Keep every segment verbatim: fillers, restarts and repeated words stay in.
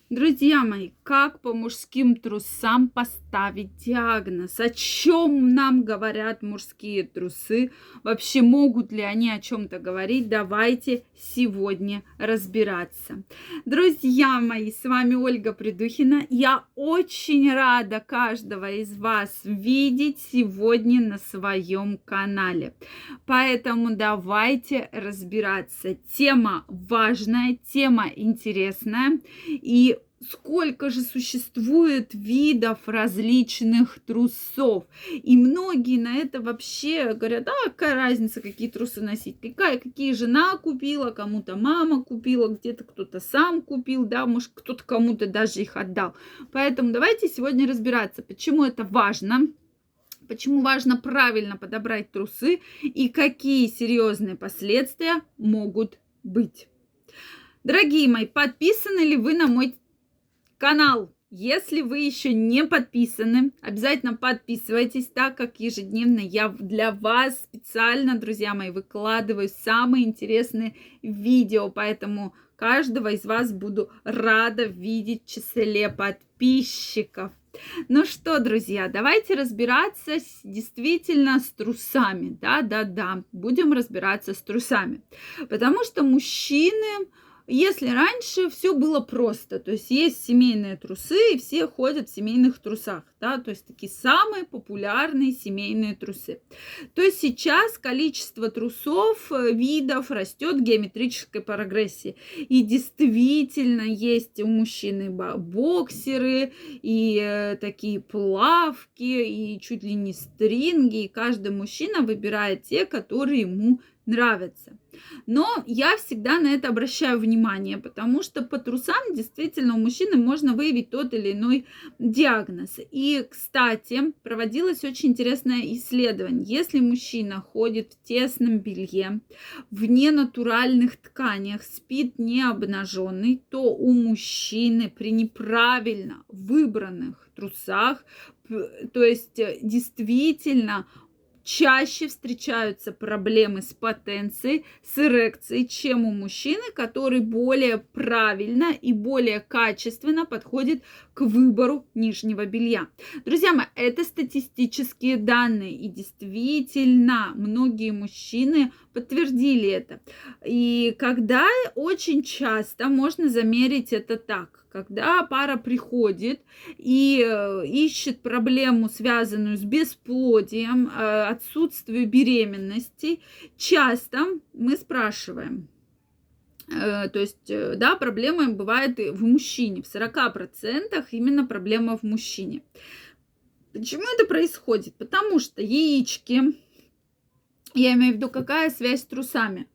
Друзья мои, как по мужским трусам поставить диагноз? О чем нам говорят мужские трусы? Вообще могут ли они о чем-то говорить? Давайте сегодня разбираться. Друзья мои, с вами Ольга Придухина. Я очень рада каждого из вас видеть сегодня на своем канале. Поэтому давайте разбираться. Тема важная, тема интересная. И сколько же существует видов различных трусов. И многие на это вообще говорят: а какая разница, какие трусы носить, какая, какие жена купила, кому-то мама купила, где-то кто-то сам купил, да, может кто-то кому-то даже их отдал. Поэтому давайте сегодня разбираться, почему это важно. Почему важно правильно подобрать трусы и какие серьезные последствия могут быть. Дорогие мои, подписаны ли вы на мой канал? Если вы еще не подписаны, обязательно подписывайтесь, так как ежедневно я для вас специально, друзья мои, выкладываю самые интересные видео, поэтому каждого из вас буду рада видеть в числе подписчиков. Ну что, друзья, давайте разбираться с, действительно с трусами. Да-да-да, будем разбираться с трусами. Потому что мужчины, если раньше все было просто, то есть есть семейные трусы, и все ходят в семейных трусах, да, то есть такие самые популярные семейные трусы, то есть сейчас количество трусов, видов растет в геометрической прогрессии. И действительно есть у мужчины боксеры, и такие плавки, и чуть ли не стринги, и каждый мужчина выбирает те, которые ему нравятся. Но я всегда на это обращаю внимание, потому что по трусам действительно у мужчины можно выявить тот или иной диагноз. И, кстати, проводилось очень интересное исследование. Если мужчина ходит в тесном белье, в ненатуральных тканях, спит не обнаженный, то у мужчины при неправильно выбранных трусах, то есть действительно чаще встречаются проблемы с потенцией, с эрекцией, чем у мужчины, который более правильно и более качественно подходит к выбору нижнего белья. Друзья мои, это статистические данные, и действительно многие мужчины подтвердили это. И когда очень часто можно замерить это так. Когда пара приходит и ищет проблему, связанную с бесплодием, отсутствием беременности, часто мы спрашиваем. То есть, да, проблема бывает в мужчине. В сорока процентах именно проблема в мужчине. Почему это происходит? Потому что яички, я имею в виду, какая связь с трусами?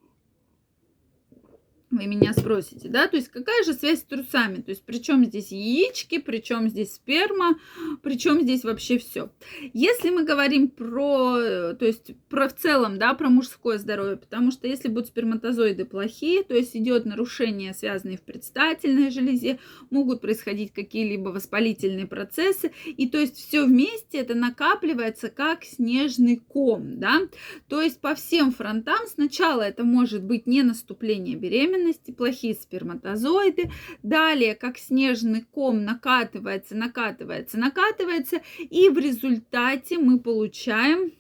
Вы меня спросите, да, то есть какая же связь с трусами, то есть при чем здесь яички, при чем здесь сперма, при чем здесь вообще все. Если мы говорим про, то есть про в целом, да, про мужское здоровье, потому что если будут сперматозоиды плохие, то есть идет нарушение, связанное в предстательной железе, могут происходить какие-либо воспалительные процессы, и то есть все вместе это накапливается как снежный ком, да, то есть по всем фронтам сначала это может быть не наступление беременности, плохие сперматозоиды, далее как снежный ком накатывается, накатывается, накатывается, и в результате мы получаем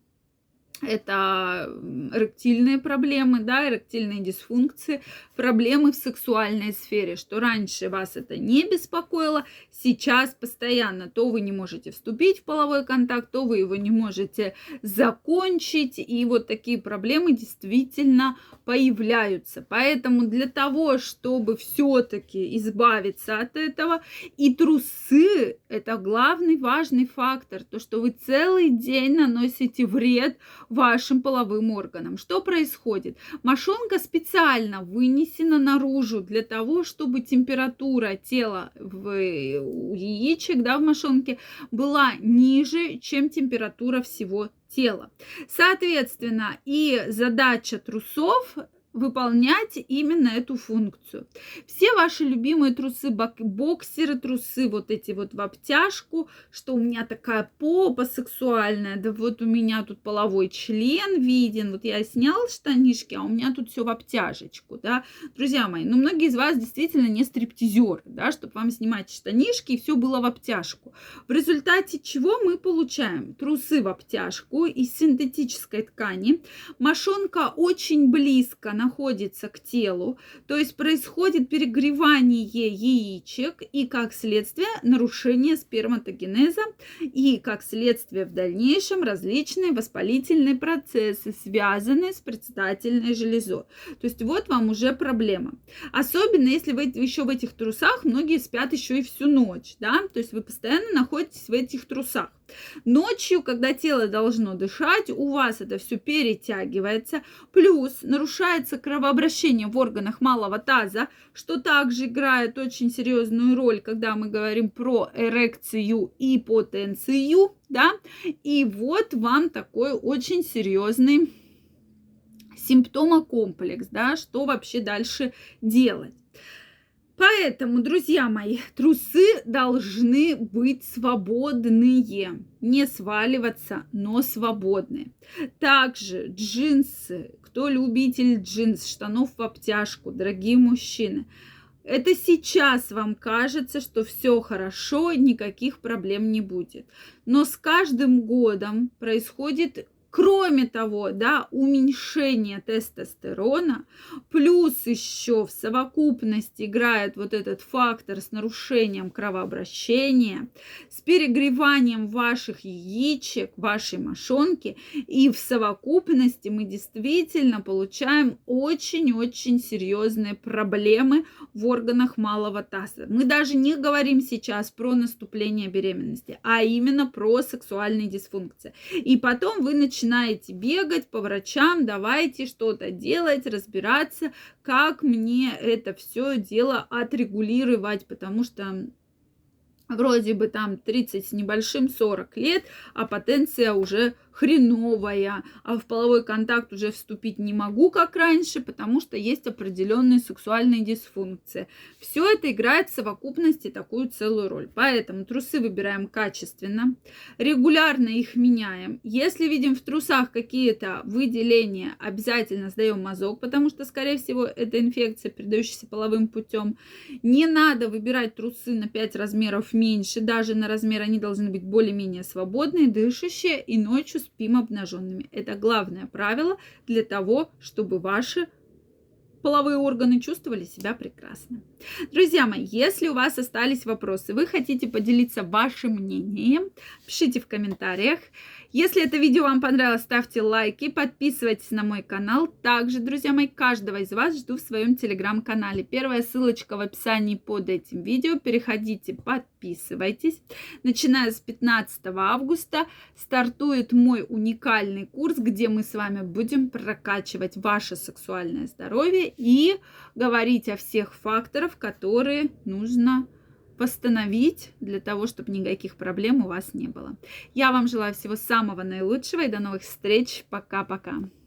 это эректильные проблемы, да, эректильные дисфункции, проблемы в сексуальной сфере, что раньше вас это не беспокоило, сейчас постоянно то вы не можете вступить в половой контакт, то вы его не можете закончить, и вот такие проблемы действительно появляются. Поэтому для того, чтобы все-таки избавиться от этого, и трусы – это главный важный фактор, то, что вы целый день наносите вред вашим половым органам. Что происходит? Мошонка специально вынесена наружу для того, чтобы температура тела в, у яичек, да, в мошонке была ниже, чем температура всего тела. Соответственно, и задача трусов выполнять именно эту функцию. Все ваши любимые трусы, боксеры, трусы вот эти вот в обтяжку, что у меня такая попа сексуальная, да вот у меня тут половой член виден, вот я снял штанишки, а у меня тут все в обтяжечку, да. Друзья мои, ну многие из вас действительно не стриптизеры, да, чтобы вам снимать штанишки и все было в обтяжку. В результате чего мы получаем? Трусы в обтяжку из синтетической ткани. Мошонка очень близко находится к телу, то есть происходит перегревание яичек и, как следствие, нарушение сперматогенеза и, как следствие, в дальнейшем различные воспалительные процессы, связанные с предстательной железой. То есть вот вам уже проблема. Особенно, если вы еще в этих трусах, многие спят еще и всю ночь, да, то есть вы постоянно находитесь в этих трусах. Ночью, когда тело должно дышать, у вас это все перетягивается, плюс нарушается кровообращение в органах малого таза, что также играет очень серьезную роль, когда мы говорим про эрекцию и потенцию, да, и вот вам такой очень серьезный симптомокомплекс, да, что вообще дальше делать. Поэтому, друзья мои, трусы должны быть свободные, не сваливаться, но свободные. Также джинсы, кто любитель джинс, штанов в обтяжку, дорогие мужчины, это сейчас вам кажется, что все хорошо, никаких проблем не будет. Но с каждым годом происходит, кроме того, да, уменьшение тестостерона, плюс еще в совокупности играет вот этот фактор с нарушением кровообращения, с перегреванием ваших яичек, вашей мошонки, и в совокупности мы действительно получаем очень-очень серьезные проблемы в органах малого таза. Мы даже не говорим сейчас про наступление беременности, а именно про сексуальные дисфункции. И потом вы начинаете начинаете бегать по врачам, давайте что-то делать, разбираться, как мне это все дело отрегулировать, потому что вроде бы там тридцать с небольшим, сорок лет, а потенция уже хреновая, а в половой контакт уже вступить не могу, как раньше, потому что есть определенные сексуальные дисфункции. Все это играет в совокупности такую целую роль. Поэтому трусы выбираем качественно, регулярно их меняем. Если видим в трусах какие-то выделения, обязательно сдаем мазок, потому что, скорее всего, это инфекция, передающаяся половым путем. Не надо выбирать трусы на пять размеров меньше, даже на размер они должны быть более-менее свободные, дышащие, и ночью спим обнаженными. Это главное правило для того, чтобы ваши половые органы чувствовали себя прекрасно. Друзья мои, если у вас остались вопросы, вы хотите поделиться вашим мнением, пишите в комментариях. Если это видео вам понравилось, ставьте лайки, подписывайтесь на мой канал. Также, друзья мои, каждого из вас жду в своем телеграм-канале. Первая ссылочка в описании под этим видео. Переходите, подписывайтесь. Начиная с пятнадцатого августа стартует мой уникальный курс, где мы с вами будем прокачивать ваше сексуальное здоровье и говорить о всех факторах, которые нужно восстановить для того, чтобы никаких проблем у вас не было. Я вам желаю всего самого наилучшего и до новых встреч. Пока-пока.